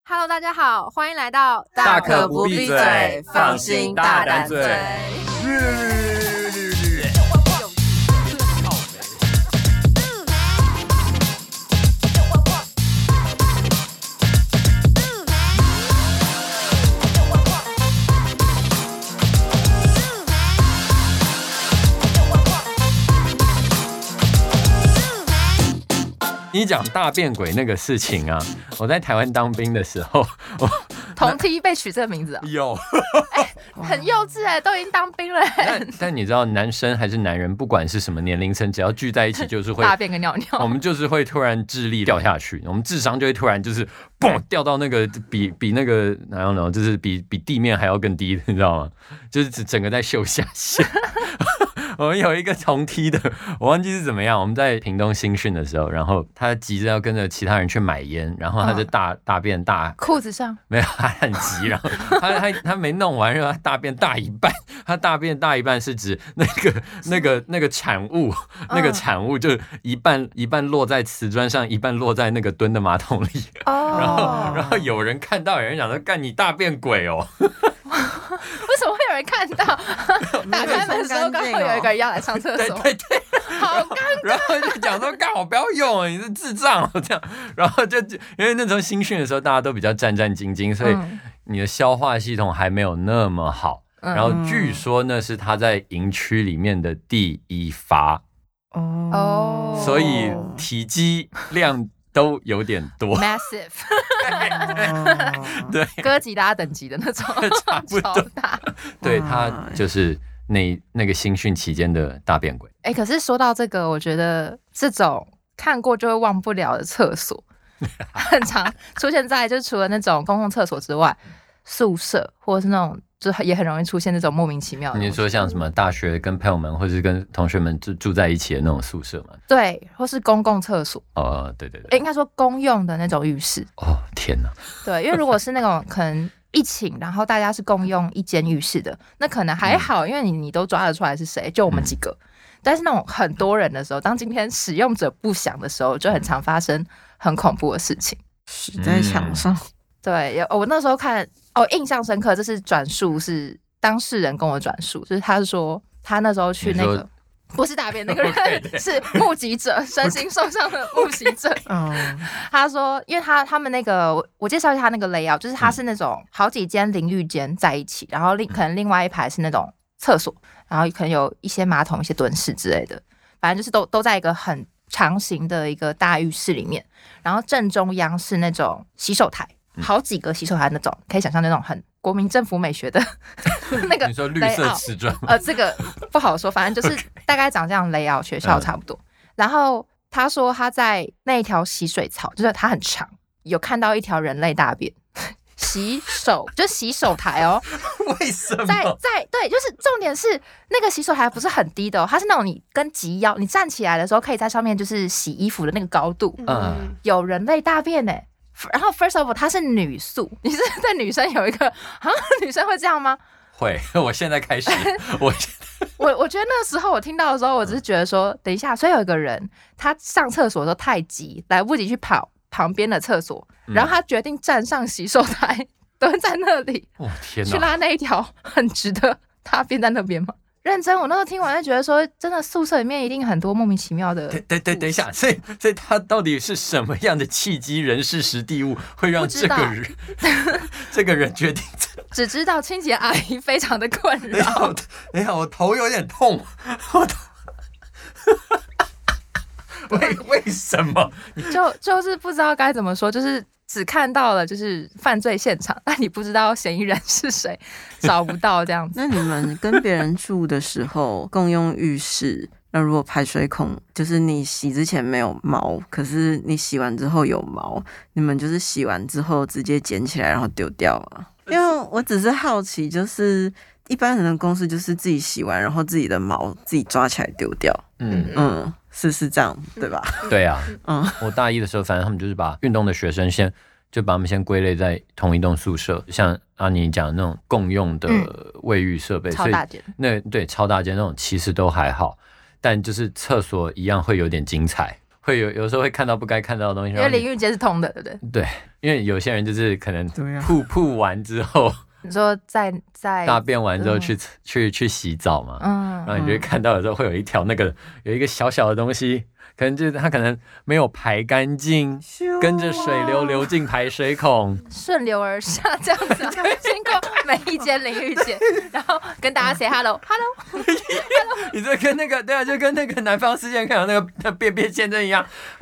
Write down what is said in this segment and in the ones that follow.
Hello， 大家好，欢迎来到大可不必嘴，放心大胆嘴。 你讲大变鬼那个事情啊，我在台湾当兵的时候， 同梯被取这个名字啊？ 有， 很幼稚哎，都已经当兵了。 但你知道，男生还是男人，不管是什么年龄层，只要聚在一起，就是会大便跟尿尿， 我们就是会突然智力掉下去，我们智商就会突然就是嘣掉到那个比那个哪样呢？就是比地面还要更低，你知道吗？就是整个在秀下限。我们有一个同梯的，我忘记是怎么样。我们在屏东新训的时候，然后他急着要跟着其他人去买烟，然后他就大便裤子上没有，他很急，然后他没弄完，然后他大便大一半。他大便大一半是指那个产物，那个产物就一半落在瓷砖上，一半落在那个蹲的马桶里。然后有人看到，有人讲说：“干你大便鬼哦！” 为什么会有人看到？打开门的时候刚好有一个人要来上厕所， 对， 好尴尬。 然后就讲说：“干我不要用，你是智障哦！”这样，然后就因为那时候新训的时候，大家都比较战兢兢，所以你的消化系统还没有那么好。然后据说那是他在营区里面的第一发哦，所以体积量都有点多 ，massive， 对， 哥吉拉等级的那种， 差不多大。对，他就是那个新训期间的大变鬼。 可是说到这个，我觉得这种看过就会忘不了的厕所，很常出现在就除了那种公共厕所之外，宿舍或者是那种。就也很容易出现这种莫名其妙的。 你说像什么大学跟朋友们或是跟同学们住在一起的那种宿舍吗？ 对，或是公共厕所。 对， 应该说公用的那种浴室。 天哪！ 对，因为如果是那种可能一寝，然后大家是共用一间浴室的，那可能还好，因为你都抓得出来是谁，就我们几个。但是那种很多人的时候，当今天使用者不详的时候，就很常发生很恐怖的事情。 死在墙上。 对，我那时候看印象深刻，这是转述，是当事人跟我转述，就是他说他那时候去那个不是大便那个人是目击者，身心受伤的目击者。他说，因为他们那个我介绍一下他那个 layout， 就是他是那种好几间淋浴间在一起，然后可能另外一排是那种厕所，然后可能有一些马桶、一些蹲式之类的，反正就是都在一个很长形的一个大浴室里面，然后正中央是那种洗手台。好几个洗手台那种，可以想象那种很国民政府美学的那个。 你说绿色瓷砖吗？ 这个不好说，反正就是大概长这样 layout， 学校差不多。然后他说他在那一条洗水槽，就是它很长，有看到一条人类大便。洗手台哦， 为什么？ 对，就是重点是那个洗手台不是很低的它是那种你跟及腰，你站起来的时候可以在上面就是洗衣服的那个高度。有人类大便欸。然后 first of all， 她是女宿，你是对女生有一个女生会这样吗？ 会，我现在开始，我觉得那时候我听到的时候，我只是觉得说，等一下，所以有一个人他上厕所的时候太急，来不及去跑旁边的厕所，然后他决定站上洗手台，蹲在那里， 天哪， 去拉那一条很直的大便在那边吗？认真，我那时候听完就觉得说，真的宿舍里面一定很多莫名其妙的。 等一下，所以他到底是什么样的契机、人事、时地物，会让这个人决定？ 只知道清洁阿姨非常的困扰。 等一下，我头有点痛。为什么？ 就是不知道该怎么说，就是只看到了就是犯罪现场，但你不知道嫌疑人是谁，找不到这样子。 那你们跟别人住的时候共用浴室，那如果排水孔就是你洗之前没有毛，可是你洗完之后有毛，你们就是洗完之后直接捡起来然后丢掉吗？因为我只是好奇，就是一般人的公司就是自己洗完，然后自己的毛自己抓起来丢掉。是这样对吧？ 对啊，我大一的时候，反正他们就是把运动的学生就把他们先归类在同一栋宿舍，像阿妮讲的那种共用的卫浴设备， 超大间， 对超大间那种其实都还好，但就是厕所一样会有点精彩。 会有时候会看到不该看到的东西， 因为淋浴间是通的，对不对？ 对，因为有些人就是可能对啊吐完之后， 你说在大便完之后去洗澡嘛，然后你就会看到有时候会有一条有一个小小的东西，可能就是它可能没有排干净，跟着水流进排水孔， 顺流而下这样子，经过每一间淋浴间，然后跟大家 say hello。 你这跟那个对啊，就跟那个南方四剑看到那个便便先生一样，哦，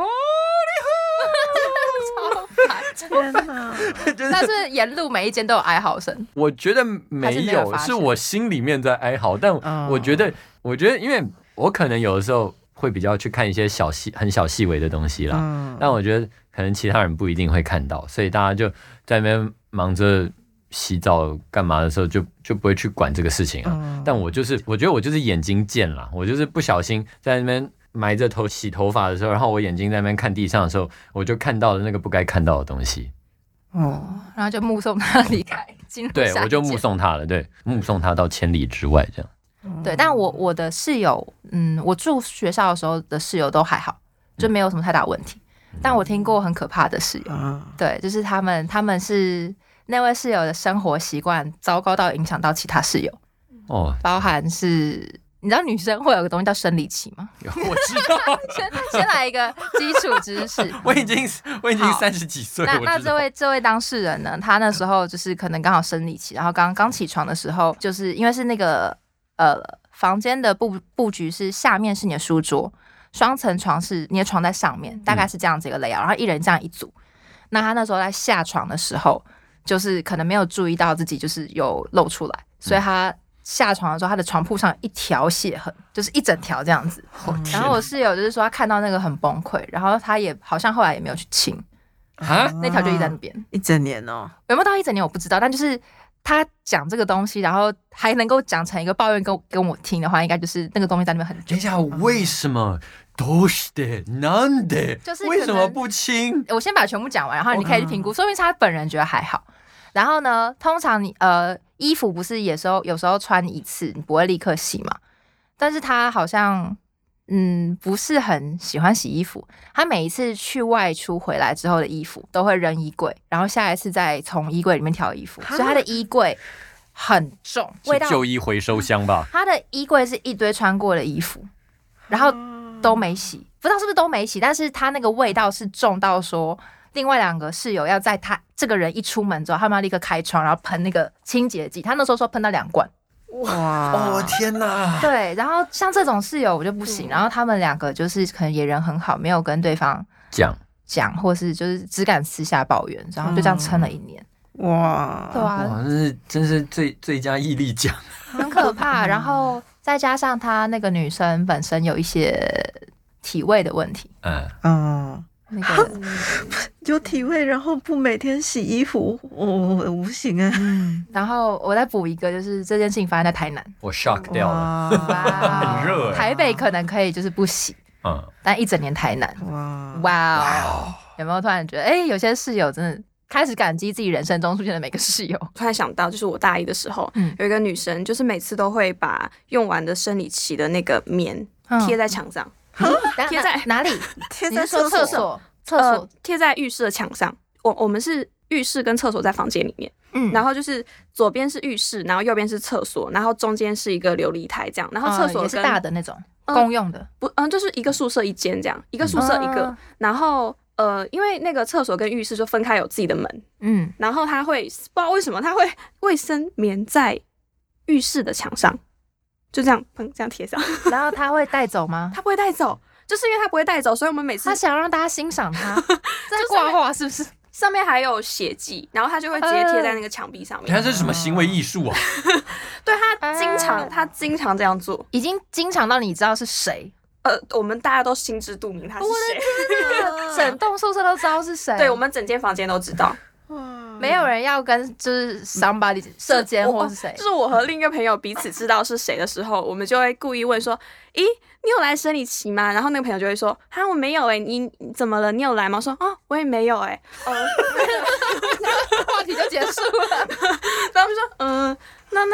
天哪！ 但是沿路每一间都有哀嚎声。 我觉得没有， 是是我心里面在哀嚎，但我觉得，因为我可能有的时候会比较去看一些很小细微的东西啦，但我觉得可能其他人不一定会看到，所以大家就在那边忙着洗澡干嘛的时候就不会去管这个事情啊。但我觉得我就是眼睛贱啦，我就是不小心在那边埋着头洗头发的时候，然后我眼睛在那边看地上的时候，我就看到了那个不该看到的东西。 然后就目送他离开，进入对，我就目送他了，对，目送他到千里之外这样。 对，但我的室友，我住学校的时候的室友都还好，就没有什么太大问题。但我听过很可怕的室友，对，就是他们是那位室友的生活习惯糟糕到影响到其他室友，包含是。你知道女生会有个东西叫生理期吗？ 我知道。 先来一个基础知识。 我已经30几岁了。 那这位当事人呢？他那时候就是可能刚好生理期，然后刚起床的时候，就是因为是那个房间的布局是下面是你的书桌，双层床是你的床在上面，大概是这样子一个 layout，然后一人这样一组。那他那时候在下床的时候，就是可能没有注意到自己就是有露出来，所以他。下床的时候，他的床铺上一条血痕，就是一整条这样子。然后我室友就是说，他看到那个很崩溃，然后他也好像后来也没有去清，那条就一直在那边一整年哦。 有没有到一整年我不知道，但就是他讲这个东西，然后还能够讲成一个抱怨跟我听的话，应该就是那个东西在那边很久。 等一下，为什么？どうして？なんで？ 就是为什么不清？ 我先把全部讲完，然后你可以去评估，说明他本人觉得还好。然后呢，通常你衣服不是有时候穿一次，你不会立刻洗嘛？但是他好像不是很喜欢洗衣服，他每一次去外出回来之后的衣服都会扔衣柜，然后下一次再从衣柜里面挑衣服，所以他的衣柜很重，味道旧衣回收箱吧？ 他的衣柜是一堆穿过的衣服，然后都没洗，不知道是不是都没洗，但是他那个味道是重到说。另外2个室友要在他这个人一出门之后，他们要立刻开窗，然后喷那个清洁剂。他那时候说喷到2罐， 哇！天哪！ 对，然后像这种室友我就不行。然后他们2个就是可能也人很好，没有跟对方讲，或是就是只敢私下抱怨，然后就这样撑了1年。 哇！ 对啊， 哇，真是最佳毅力奖， 很可怕。然后再加上他那个女生本身有一些体味的问题，那个有体味，然后不每天洗衣服，我不行啊。 然后我再补一个，就是这件事情发生在台南， 我 shock 掉了，很热。 台北可能可以就是不洗，但一整年台南，哇，有没有突然觉得，有些室友真的开始感激自己人生中出现的每个室友？ 突然想到，就是我大一的时候，有一个女生，就是每次都会把用完的生理期的那个棉贴在墙上。贴在哪里？ 贴在厕所， 贴在浴室的墙上。我们是浴室跟厕所在房间里面，然后就是左边是浴室，然后右边是厕所，然后中间是一个琉璃台这样，然后厕所也是大的那种公用的， 不，就是一个宿舍一间这样，一个宿舍一个，然后因为那个厕所跟浴室就分开有自己的门，然后他会不知道为什么他会卫生棉在浴室的墙上。就这样，这样贴上。 然后他会带走吗？ 他不会带走，就是因为他不会带走，所以我们每次他想让大家欣赏他，在挂画是不是？ 上面还有血迹，然后他就会直接贴在那个墙壁上面。 他这是什么行为艺术啊？ 对他经常这样做， 已经经常到你知道是谁。 我们大家都心知肚明他是谁， 整栋宿舍都知道是谁。 对，我们整间房间都知道。 没有人要跟就是 somebody 射奸或是谁， 就是我和另一个朋友彼此知道是谁的时候，我们就会故意问说：“咦，你有来生理期吗？”然后那个朋友就会说：“哈，我没有你怎么了？你有来吗？”我说：“我也没有话题就结束了。 然后就说：“那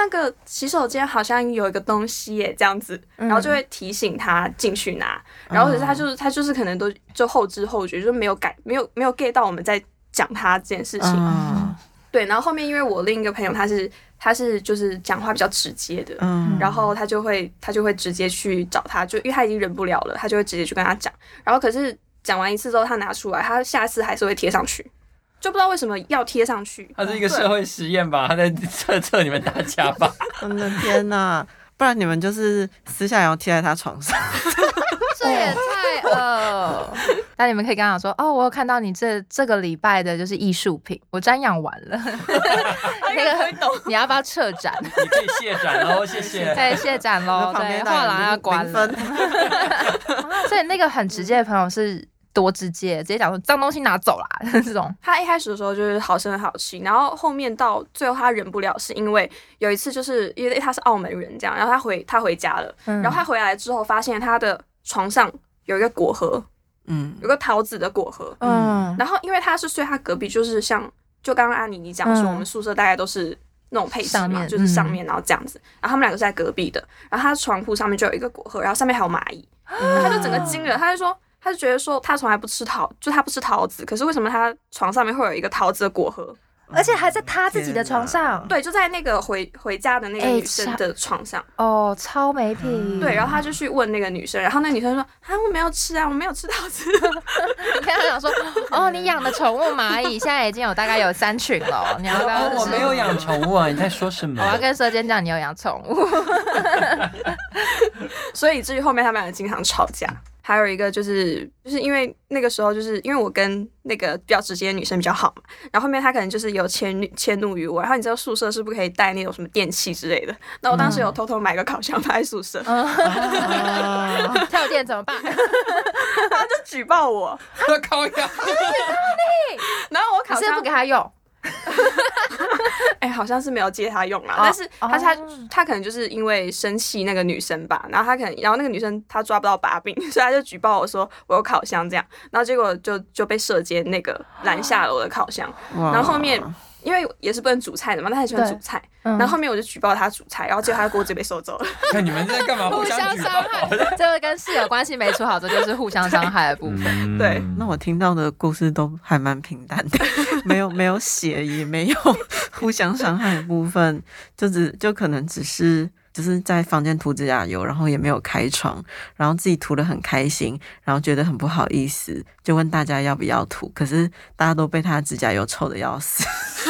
那个洗手间好像有一个东西耶，这样子，然后就会提醒他进去拿，然后可是他就是可能都就后知后觉，就没有get 到我们在讲他这件事情。对，然后后面因为我另一个朋友他是就是讲话比较直接的，然后他就会直接去找他，就因为他已经忍不了了，他就会直接去跟他讲。然后可是讲完一次之后，他拿出来，他下次还是会贴上去，就不知道为什么要贴上去。 他是一个社会实验吧？他在测你们大家吧？ 我的天哪！不然你们就是私下也要贴在他床上。 这也太那你们可以跟他讲说，我有看到你这个礼拜的就是艺术品，我瞻仰完了。那个你要不要撤展？ 你可以卸展喽，谢谢。 对，卸展喽。对，画廊要关了。所以那个很直接的朋友是多直接，直接讲说脏东西拿走啦这种。 他一开始的时候就是好声好气，然后后面到最后他忍不了，是因为有一次就是因为他是澳门人这样，然后他回家了，然后他回来之后发现他的床上有一个果盒，有个桃子的果盒，然后因为他是睡他隔壁，就是就刚刚安妮你讲说我们宿舍大概都是那种配置嘛，就是上面然后这样子，然后他们两个是在隔壁的，然后他床铺上面就有一个果盒，然后上面还有蚂蚁，他就整个惊了，他就觉得说他从来不吃他不吃桃子，可是为什么他床上面会有一个桃子的果盒？ 而且还在他自己的床上， 对，就在那个回家的那个女生的床上， 超没品。 对，然后他就去问那个女生，然后那女生说我没有吃啊，我没有吃桃子。 你看他讲说，你养的宠物蚂蚁现在已经大概有3群了，你要不要？ 我没有养宠物啊，你在说什么？ 我要跟舌尖讲你有养宠物。 所以至于后面他们两个经常吵架。还有一个就是因为那个时候就是因为我跟那个比较直接的女生比较好嘛，然后后面她可能就是有迁怒于我，然后你知道宿舍是不可以带那种什么电器之类的，那我当时有偷偷买个烤箱放在宿舍， 跳电怎么办？ 他就举报我， 烤箱， 然后我烤箱是不给他用。 好像是没有借他用啦，但是他可能就是因为生气那个女生吧，然后那个女生她抓不到把柄，所以他就举报我说我有烤箱这样，然后结果就被舍监那个拦下了我的烤箱，然后后面因为也是不能煮菜的嘛，他很喜欢煮菜，然后后面我就举报他煮菜，然后结果他的锅子被收走了。 看你们在干嘛？ 互相伤害，这个跟室友关系没处好，这就是互相伤害的部分。 对， 那我听到的故事都还蛮平淡的，没有血，也没有互相伤害的部分，就可能只是就是在房间涂指甲油，然后也没有开窗，然后自己涂得很开心，然后觉得很不好意思，就问大家要不要涂，可是大家都被他的指甲油臭得要死。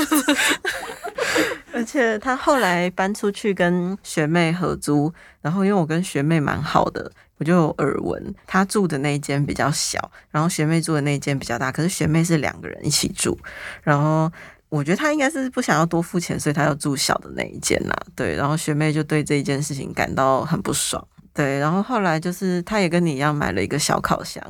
而且他后来搬出去跟学妹合租，然后因为我跟学妹蛮好的，我就有耳闻他住的那一间比较小，然后学妹住的那一间比较大，可是学妹是2个人一起住，然后我觉得他应该是不想要多付钱，所以他要住小的那一间啦。对，然后学妹就对这一件事情感到很不爽。对，然后后来就是他也跟你一样买了一个小烤箱。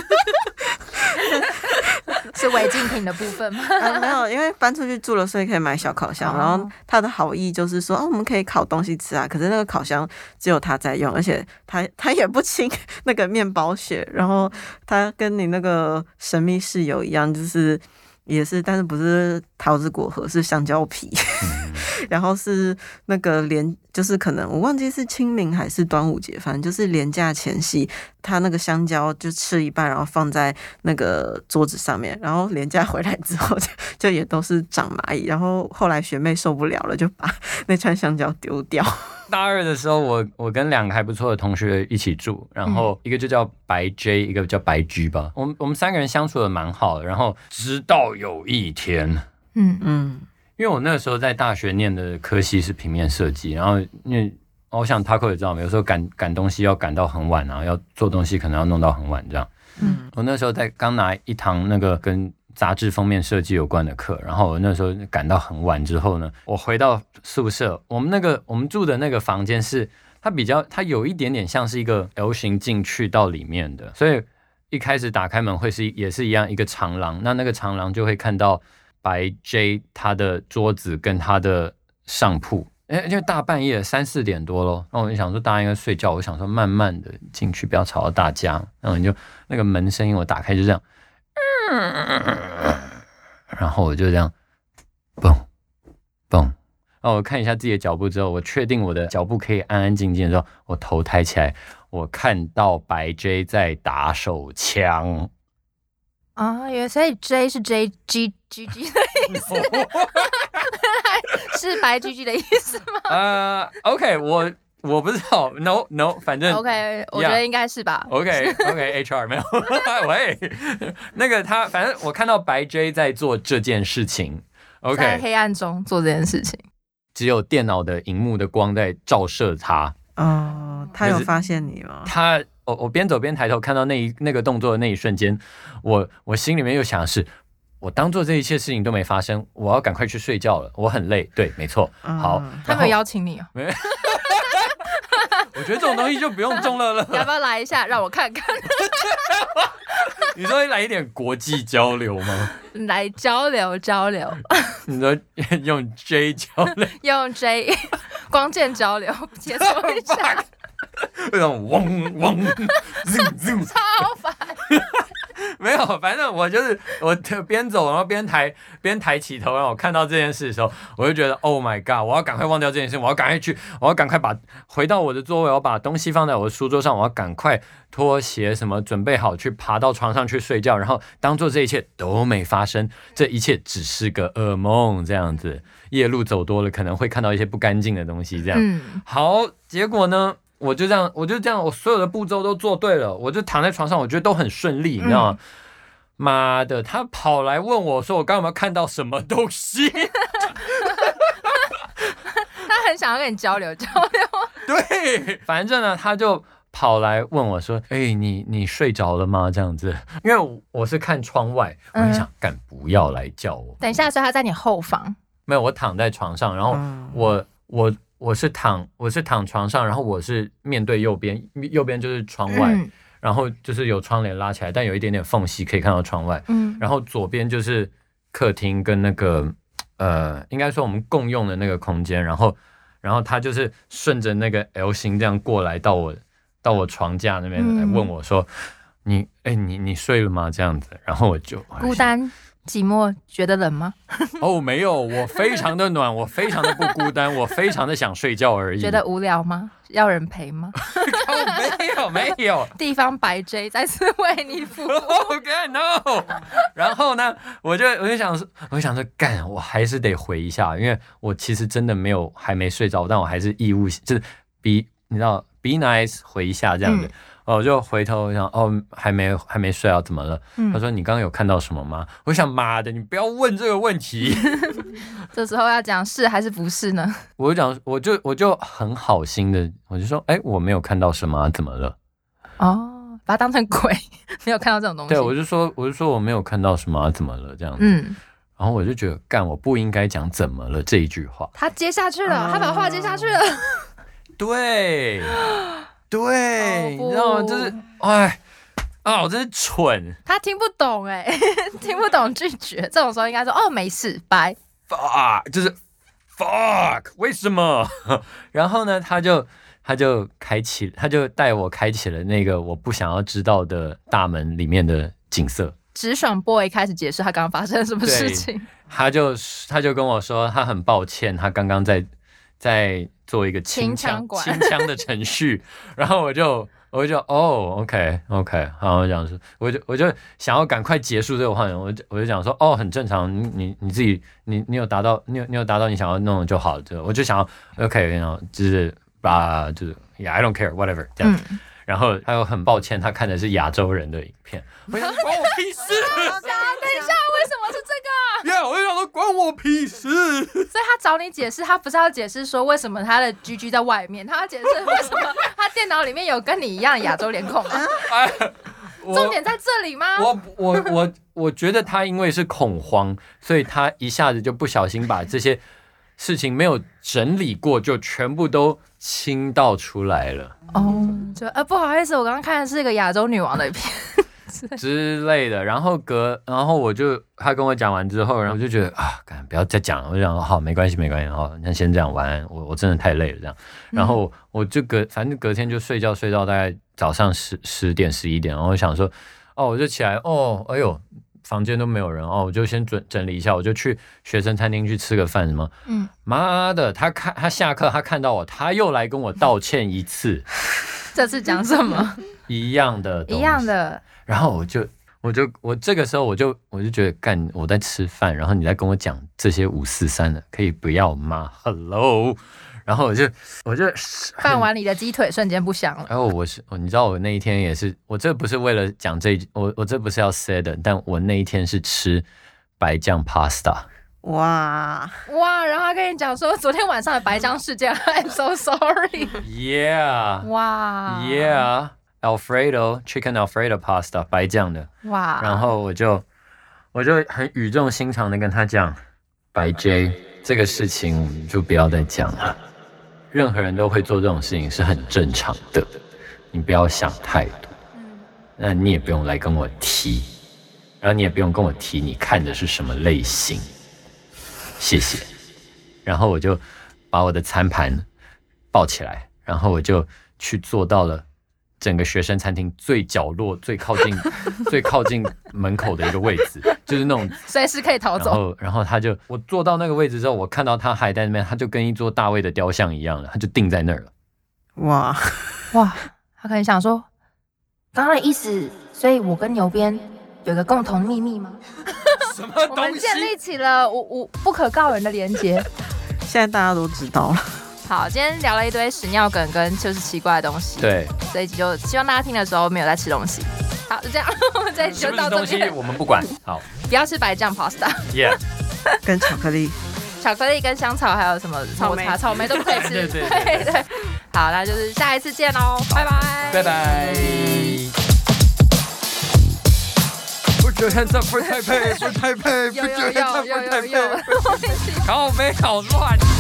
是违禁品的部分吗？ 没有，因为搬出去住了，所以可以买小烤箱。然后他的好意就是说，我们可以烤东西吃啊。可是那个烤箱只有他在用，而且他也不清那个面包屑。然后他跟你那个神秘室友一样，就是也是，但是不是桃子果核，是香蕉皮。然后是那个就是可能我忘记是清明还是端午节，反正就是连假前夕，他那个香蕉就吃一半，然后放在那个桌子上面，然后连假回来之后就也都是长蚂蚁，然后后来学妹受不了了，就把那串香蕉丢掉。 大2的时候，我跟2个还不错的同学一起住，然后一个就叫白 J， 一个叫白 G 吧。我们3个人相处的蛮好的，然后直到有一天，因为我那个时候在大学念的科系是平面设计，然后因为我想 Taco 也知道，有时候赶东西要赶到很晚啊，要做东西可能要弄到很晚这样。我那时候刚拿一堂那个跟杂志封面设计有关的课，然后我那时候赶到很晚之后呢，我回到宿舍，我们住的那个房间是它有一点点像是一个 L 型进去到里面的，所以一开始打开门也是一样一个长廊，那个长廊就会看到白 J 他的桌子跟他的上铺，因为大半夜3、4点多咯，然后我就想说大家应该睡觉，我想说慢慢的进去，不要吵到大家，然后那个门声音我打开就这样，然后我就这样蹦蹦，然我看一下自己的脚步之后，我确定我的脚步可以安安静静的时候，我头抬起来，我看到白 J 在打手枪。 所以 J 是 JGGG 的意思，是白 GG 的意思吗 ？OK， 我不知道 ，No， 反正 OK， 我觉得应该是吧。 OK，HR 没有，喂，那个他，反正我看到白 J 在做这件事情 ，OK， 在黑暗中做这件事情， 只有电脑的荧幕的光在照射他。 他有发现你吗？ 我边走边抬头看到那个动作的那一瞬间，我心里面又想的是，我当做这一切事情都没发生，我要赶快去睡觉了，我很累。对，没错。好， 他没有邀请你没。我觉得这种东西就不用中了。 要不要来一下让我看看？ 你说来一点国际交流吗？ 来交流。 你说用 J 交流？ 用 J 光剑交流，解说一下。 那种嗡嗡超烦。 没有，反正我边走，然后边抬起头，然后我看到这件事的时候，我就觉得 Oh my God， 我要赶快忘掉这件事，我要赶快回到我的座位，我要把东西放在我的书桌上，我要赶快拖鞋什么准备好去爬到床上去睡觉，然后当做这一切都没发生，这一切只是个噩梦，这样子。夜路走多了，可能会看到一些不干净的东西，这样。好，结果呢？我就这样，我所有的步骤都做对了，我就躺在床上，我觉得都很顺利，你知道吗？妈的，他跑来问我说，我刚刚有没有看到什么东西？ 他很想要跟你交流。 对，反正呢，他就跑来问我说，你睡着了吗？这样子，因为我是看窗外，我就想，干不要来叫我。 等一下，所以他在你后方？ 没有，我躺在床上，然后我是躺床上，然后我是面对右边就是窗外，然后就是有窗帘拉起来，但有一点点缝隙可以看到窗外，然后左边就是客厅跟那个应该说我们共用的那个空间，然后他就是顺着那个 L 型这样过来到我床架那边来问我说，你睡了吗？这样子，然后我就孤单寂寞，觉得冷吗？ 没有，我非常的暖，我非常的不孤单，我非常的想睡觉而已。 觉得无聊吗？要人陪吗？ 没有。 地方白 J 再次为你服务。 OK no。然后呢，我就想说，干，我还是得回一下，因为我其实真的还没睡着，但我还是义务，就是你知道 be nice 回一下这样子。我就回头想，还没睡啊，怎么了？他说你刚刚有看到什么吗？我想妈的，你不要问这个问题。 这时候要讲是还是不是呢？ 我就很好心的，我就说，我没有看到什么啊，怎么了？ 把它当成鬼，没有看到这种东西。 对，我就说我没有看到什么啊，怎么了？这样子。然后我就觉得，干，我不应该讲怎么了这一句话。 他接下去了，他把话接下去了。 对，你知道吗？就是，我真是蠢。 他听不懂听不懂拒绝，这种时候应该说没事，拜。 fuck， 就是 fuck， 为什么？然后呢，他就带我开启了那个我不想要知道的大门里面的景色。 直爽 boy 开始解释他刚刚发生了什么事情。 他就跟我说，他很抱歉，他刚刚在做一个清腔的程序，然后我就OK， 好，我讲说，我就想要赶快结束这个话题，我就讲说，很正常，你自己你有达到你想要弄的就好，我就想要 OK， 然后就是就是 I don't care whatever 这样。然后他又很抱歉，他看的是亚洲人的影片，我想关我屁事。 等一下，为什么是这个？ 我就想说关我屁事。 所以他找你解释，他不是要解释说为什么他的 GG 在外面，他要解释为什么他电脑里面有跟你一样的亚洲脸孔吗？重点在这里吗？ 我觉得他因为是恐慌，所以他一下子就不小心把这些事情没有整理过，就全部都倾倒出来了。 不好意思，我刚刚看的是一个亚洲女王的片之类的，然后他跟我讲完之后，然后我就觉得不要再讲了，我就想好，没关系，好，那先这样，晚安，我真的太累了这样，然后我就反正隔天就睡觉到大概早上10点11点，然后我想说，我就起来，哎呦， 房间都没有人哦，我就先整理一下，我就去学生餐厅去吃个饭什么。妈的，他下课他看到我，他又来跟我道歉一次。 这次讲什么？ 一样的。然后我这个时候我就觉得干，我在吃饭，然后你在跟我讲这些543的，可以不要吗 ？Hello。然后我就饭碗里的鸡腿瞬间不香了。 然后你知道我那一天也是，我这不是为了讲我这不是要 say 的，但我那一天是吃白酱 pasta。 哇， 然后他跟你讲说昨天晚上的白酱事件，I'm so sorry。Yeah。 哇。Yeah。Alfredo chicken Alfredo pasta 白酱的。哇。然后我就很语重心长的跟他讲，白 J 这个事情我们就不要再讲了。任何人都会做这种事情是很正常的，你不要想太多。那你也不用来跟我提，然后你也不用跟我提你看的是什么类型，谢谢。然后我就把我的餐盘抱起来，然后我就去坐到了整个学生餐厅最角落、最靠近门口的一个位置，就是那种随时可以逃走。 然后我坐到那个位置之后，我看到他还在那边，他就跟一座大卫的雕像一样了，他就定在那儿了。 哇， 他可能想说，刚刚的意思，所以我跟牛鞭有个共同秘密吗？ 什么东西？ 我们建立起了不可告人的连结。 现在大家都知道了。 好，今天聊了一堆屎尿梗跟就是奇怪的东西。 对， 这一集就希望大家听的时候没有在吃东西。好，就这样，我们这一集就到这边。 是不是东西我们不管。好， 不要吃白酱 pasta。Yeah。 跟巧克力跟香草还有什么草莓都不可以吃。对。好，那就是下一次见喽，拜拜。 拜拜。Put your hands up for Taipei, for Taipei, put your hands up for Taipei。靠北好乱。